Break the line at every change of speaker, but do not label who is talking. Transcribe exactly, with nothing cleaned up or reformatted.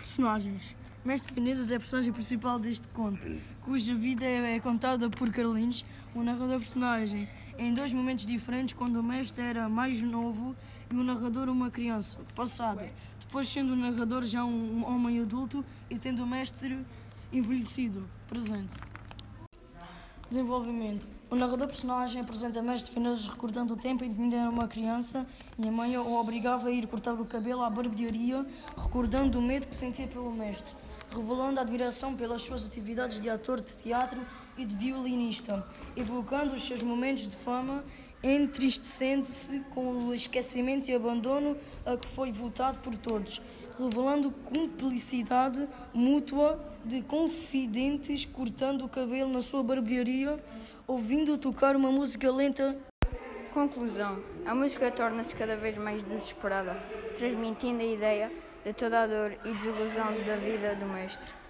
Personagens. Mestre Finezas é a personagem principal deste conto, cuja vida é contada por Carlinhos, o narrador personagem, em dois momentos diferentes, quando o mestre era mais novo e o narrador uma criança, passado, depois sendo o narrador já um homem adulto e tendo o mestre envelhecido, presente. Desenvolvimento. O narrador personagem apresenta Mestre Finezas recordando o tempo em que ainda era uma criança e a mãe o obrigava a ir cortar o cabelo à barbearia, recordando o medo que sentia pelo mestre, revelando a admiração pelas suas atividades de ator de teatro e de violinista, evocando os seus momentos de fama, entristecendo-se com o esquecimento e abandono a que foi votado por todos, revelando cumplicidade mútua de confidentes cortando o cabelo na sua barbearia, ouvindo tocar uma música lenta.
Conclusão. A música torna-se cada vez mais desesperada, transmitindo a ideia de toda a dor e desilusão da vida do mestre.